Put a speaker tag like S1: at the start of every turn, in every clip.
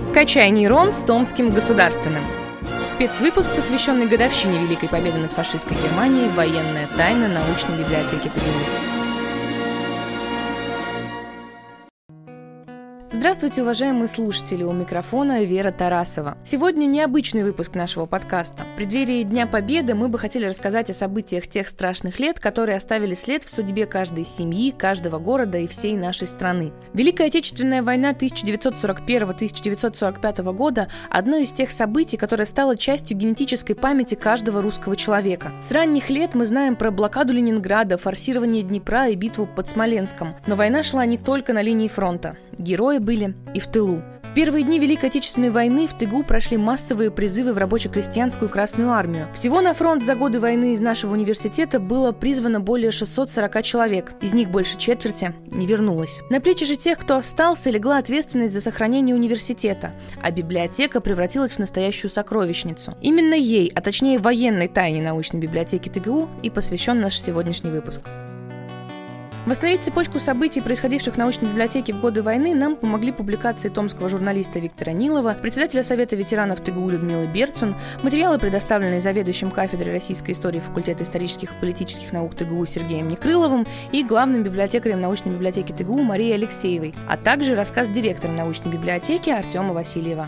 S1: «Качай нейрон» с Томским государственным. Спецвыпуск, посвященный годовщине Великой Победы над фашистской Германией, военная тайна научной библиотеки ТГУ. Здравствуйте, уважаемые слушатели, у микрофона Вера Тарасова. Сегодня необычный выпуск нашего подкаста. В преддверии Дня Победы мы бы хотели рассказать о событиях тех страшных лет, которые оставили след в судьбе каждой семьи, каждого города и всей нашей страны. Великая Отечественная война 1941-1945 года – одно из тех событий, которое стало частью генетической памяти каждого русского человека. С ранних лет мы знаем про блокаду Ленинграда, форсирование Днепра и битву под Смоленском. Но война шла не только на линии фронта. Герои были и в тылу. В первые дни Великой Отечественной войны в ТГУ прошли массовые призывы в рабоче-крестьянскую Красную армию. Всего на фронт за годы войны из нашего университета было призвано более 640 человек. Из них больше четверти не вернулось. На плечи же тех, кто остался, легла ответственность за сохранение университета, а библиотека превратилась в настоящую сокровищницу. Именно ей, а точнее военной тайне научной библиотеки ТГУ, и посвящен наш сегодняшний выпуск. Восстановить цепочку событий, происходивших в научной библиотеке в годы войны, нам помогли публикации томского журналиста Виктора Нилова, председателя Совета ветеранов ТГУ Людмилы Берцун, материалы, предоставленные заведующим кафедрой российской истории факультета исторических и политических наук ТГУ Сергеем Некрыловым и главным библиотекарем научной библиотеки ТГУ Марией Алексеевой, а также рассказ директора научной библиотеки Артема Васильева.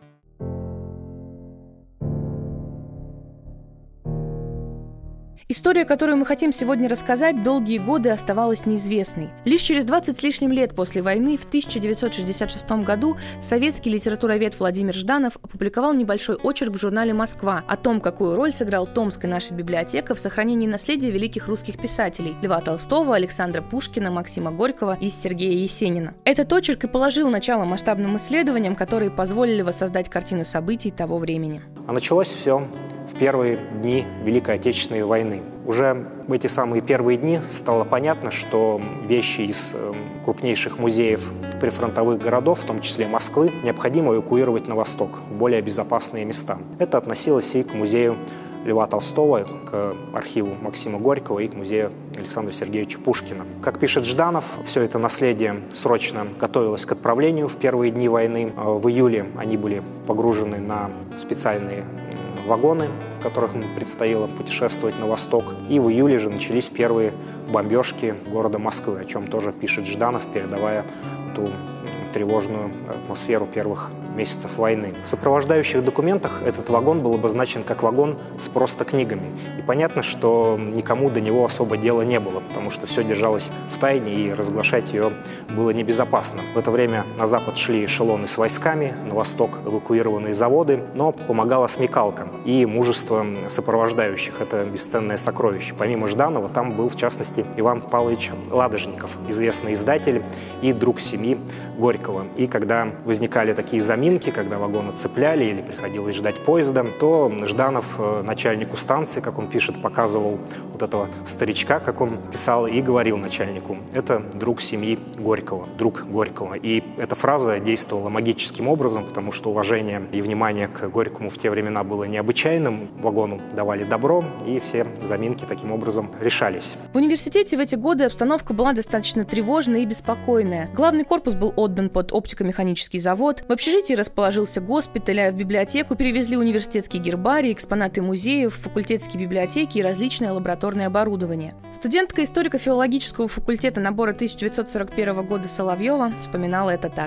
S1: История, которую мы хотим сегодня рассказать, долгие годы оставалась неизвестной. Лишь через 20 с лишним лет после войны, в 1966 году, советский литературовед Владимир Жданов опубликовал небольшой очерк в журнале «Москва» о том, какую роль сыграл Томская наша библиотека в сохранении наследия великих русских писателей Льва Толстого, Александра Пушкина, Максима Горького и Сергея Есенина. Этот очерк и положил начало масштабным исследованиям, которые позволили воссоздать картину событий того времени.
S2: А началось все в первые дни Великой Отечественной войны. Уже в эти самые первые дни стало понятно, что вещи из крупнейших музеев прифронтовых городов, в том числе Москвы, необходимо эвакуировать на восток, в более безопасные места. Это относилось и к музею Льва Толстого, к архиву Максима Горького и к музею Александра Сергеевича Пушкина. Как пишет Жданов, все это наследие срочно готовилось к отправлению в первые дни войны. В июле они были погружены на специальные вагоны, в которых им предстояло путешествовать на восток. И в июле же начались первые бомбежки города Москвы, о чем тоже пишет Жданов, передавая ту тревожную атмосферу первых месяцев войны. В сопровождающих документах этот вагон был обозначен как вагон с просто книгами. И понятно, что никому до него особо дела не было, потому что все держалось в тайне, и разглашать ее было небезопасно. В это время на запад шли эшелоны с войсками, на восток эвакуированные заводы, но помогала смекалка и мужество сопровождающих. Это бесценное сокровище. Помимо Жданова, там был, в частности, Иван Павлович Ладожников, известный издатель и друг семьи Горького. И когда возникали такие заминки, когда вагоны цепляли или приходилось ждать поезда, то Жданов начальнику станции, как он пишет, показывал вот этого старичка, как он писал, и говорил начальнику: это друг семьи Горького, друг Горького. И эта фраза действовала магическим образом, потому что уважение и внимание к Горькому в те времена было необычайным. Вагону давали добро, и все заминки таким образом решались.
S1: В университете в эти годы обстановка была достаточно тревожная и беспокойная. Главный корпус был отдан под оптико-механический завод, в общежитии расположился госпиталь, а в библиотеку перевезли университетские гербарии, экспонаты музеев, факультетские библиотеки и различное лабораторное оборудование. Студентка историко-филологического факультета набора 1941 года Соловьева вспоминала это так.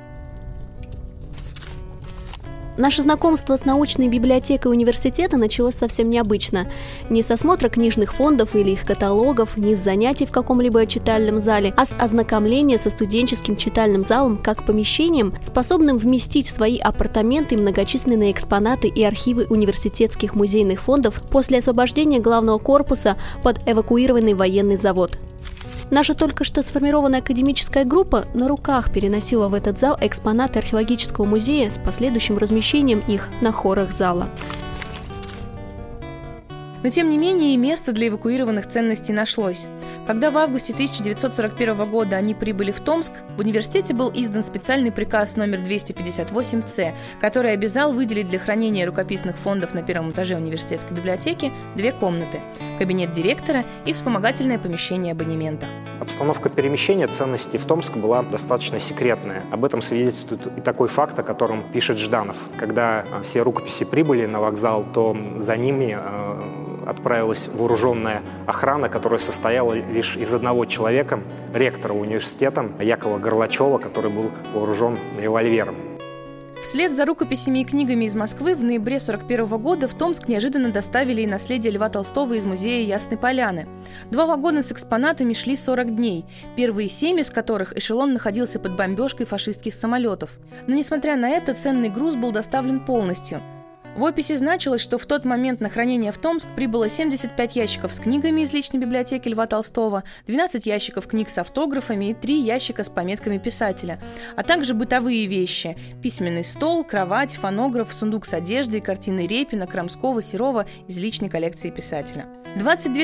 S3: Наше знакомство с научной библиотекой университета началось совсем необычно. Не с осмотра книжных фондов или их каталогов, не с занятий в каком-либо читальном зале, а с ознакомления со студенческим читальным залом как помещением, способным вместить в свои апартаменты многочисленные экспонаты и архивы университетских музейных фондов после освобождения главного корпуса под эвакуированный военный завод. Наша только что сформированная академическая группа на руках переносила в этот зал экспонаты археологического музея с последующим размещением их на хорах зала.
S1: Но тем не менее и место для эвакуированных ценностей нашлось. Когда в августе 1941 года они прибыли в Томск, в университете был издан специальный приказ номер 258-Ц, который обязал выделить для хранения рукописных фондов на первом этаже университетской библиотеки 2 комнаты – кабинет директора и вспомогательное помещение абонемента.
S2: Обстановка перемещения ценностей в Томск была достаточно секретная. Об этом свидетельствует и такой факт, о котором пишет Жданов. Когда все рукописи прибыли на вокзал, то за ними отправилась вооруженная охрана, которая состояла лишь из одного человека, ректора университета Якова Горлачева, который был вооружен револьвером.
S1: Вслед за рукописями и книгами из Москвы в ноябре 1941 года в Томск неожиданно доставили и наследие Льва Толстого из музея Ясной Поляны. 2 вагона с экспонатами шли 40 дней, первые 7 из которых эшелон находился под бомбежкой фашистских самолетов. Но, несмотря на это, ценный груз был доставлен полностью. В описи значилось, что в тот момент на хранение в Томск прибыло 75 ящиков с книгами из личной библиотеки Льва Толстого, 12 ящиков книг с автографами и 3 ящика с пометками писателя, а также бытовые вещи – письменный стол, кровать, фонограф, сундук с одеждой, картины Репина, Крамского, Серова из личной коллекции писателя. 22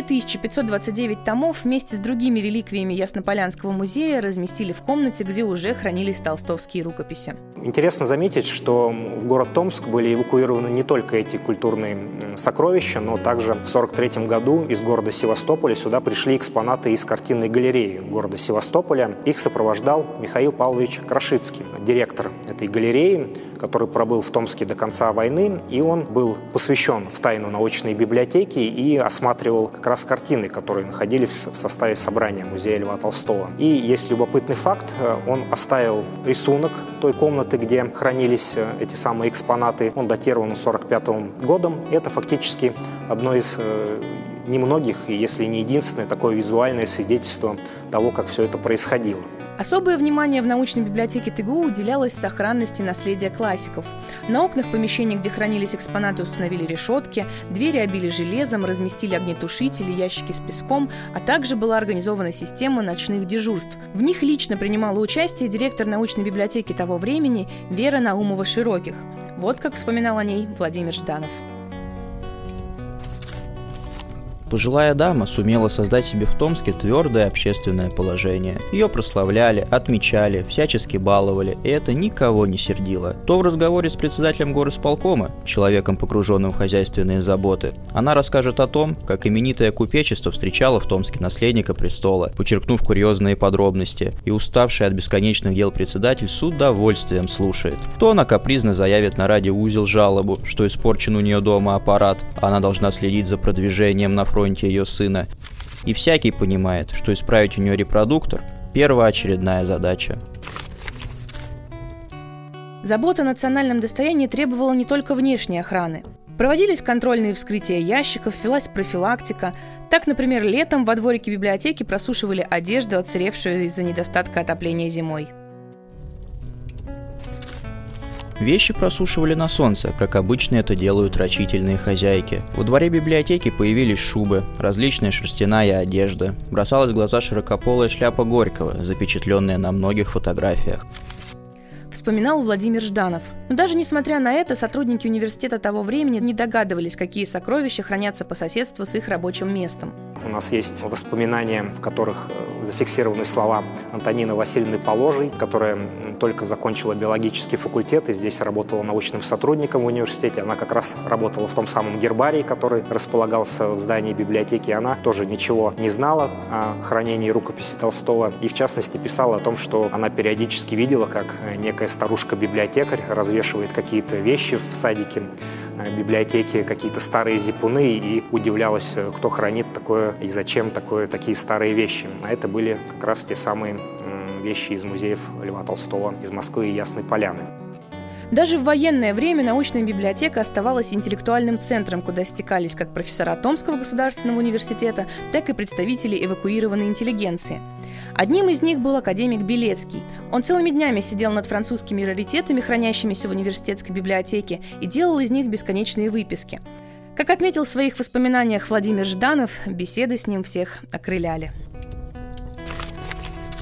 S1: 529 томов вместе с другими реликвиями Яснополянского музея разместили в комнате, где уже хранились толстовские рукописи.
S2: Интересно заметить, что в город Томск были эвакуированы не только эти культурные сокровища, но также в 1943 году из города Севастополя сюда пришли экспонаты из картинной галереи города Севастополя. Их сопровождал Михаил Павлович Крашицкий, директор этой галереи, который пробыл в Томске до конца войны, и он был посвящен в тайну научной библиотеки и осматривал как раз картины, которые находились в составе собрания музея Льва Толстого. И есть любопытный факт, он оставил рисунок той комнаты, где хранились эти самые экспонаты, он датирован 1945 годом, и это фактически одно из немногих, если не единственное, такое визуальное свидетельство того, как все это происходило.
S1: Особое внимание в научной библиотеке ТГУ уделялось сохранности наследия классиков. На окнах помещений, где хранились экспонаты, установили решетки, двери обили железом, разместили огнетушители, ящики с песком, а также была организована система ночных дежурств. В них лично принимала участие директор научной библиотеки того времени Вера Наумова-Широких. Вот как вспоминал о ней Владимир Жданов.
S4: Пожилая дама сумела создать себе в Томске твердое общественное положение. Ее прославляли, отмечали, всячески баловали, и это никого не сердило. То в разговоре с председателем горисполкома, человеком, погруженным в хозяйственные заботы, она расскажет о том, как именитое купечество встречало в Томске наследника престола, подчеркнув курьезные подробности, и уставший от бесконечных дел председатель с удовольствием слушает. То она капризно заявит на радиоузел жалобу, что испорчен у нее дома аппарат, а она должна следить за продвижением на фронте ее сына, и всякий понимает, что исправить у нее репродуктор – первоочередная задача.
S1: Забота о национальном достоянии требовала не только внешней охраны. Проводились контрольные вскрытия ящиков, велась профилактика. Так, например, летом во дворике библиотеки просушивали одежду, отсыревшую из-за недостатка отопления зимой.
S4: Вещи просушивали на солнце, как обычно это делают рачительные хозяйки. Во дворе библиотеки появились шубы, различная шерстяная одежда. Бросалась в глаза широкополая шляпа Горького, запечатленная на многих фотографиях.
S1: Вспоминал Владимир Жданов. Но даже несмотря на это, сотрудники университета того времени не догадывались, какие сокровища хранятся по соседству с их рабочим местом.
S2: У нас есть воспоминания, в которых зафиксированы слова Антонины Васильевны Положей, которая только закончила биологический факультет и здесь работала научным сотрудником в университете. Она как раз работала в том самом гербарии, который располагался в здании библиотеки. Она тоже ничего не знала о хранении рукописи Толстого и, в частности, писала о том, что она периодически видела, как некая старушка-библиотекарь развешивает какие-то вещи в садике библиотеки, какие-то старые зипуны, и удивлялась, кто хранит такое и зачем такие старые вещи. А это были как раз те самые вещи из музеев Льва Толстого из Москвы и Ясной Поляны.
S1: Даже в военное время научная библиотека оставалась интеллектуальным центром, куда стекались как профессора Томского государственного университета, так и представители эвакуированной интеллигенции. Одним из них был академик Белецкий. Он целыми днями сидел над французскими раритетами, хранящимися в университетской библиотеке, и делал из них бесконечные выписки. Как отметил в своих воспоминаниях Владимир Жданов, беседы с ним всех окрыляли.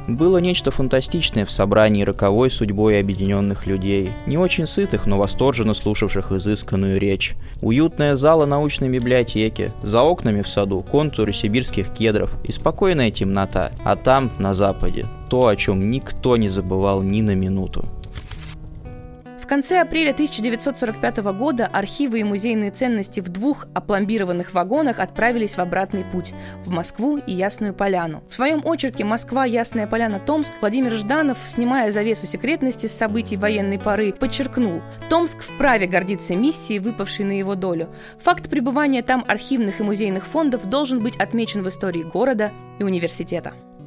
S4: Было нечто фантастичное в собрании роковой судьбой объединенных людей, не очень сытых, но восторженно слушавших изысканную речь. Уютная зала научной библиотеки, за окнами в саду контуры сибирских кедров и спокойная темнота, а там, на западе, то, о чем никто не забывал ни на минуту.
S1: В конце апреля 1945 года архивы и музейные ценности в 2 опломбированных вагонах отправились в обратный путь – в Москву и Ясную Поляну. В своем очерке «Москва, Ясная Поляна, Томск» Владимир Жданов, снимая завесу секретности с событий военной поры, подчеркнул: Томск вправе гордиться миссией, выпавшей на его долю. Факт пребывания там архивных и музейных фондов должен быть отмечен в истории города и университета.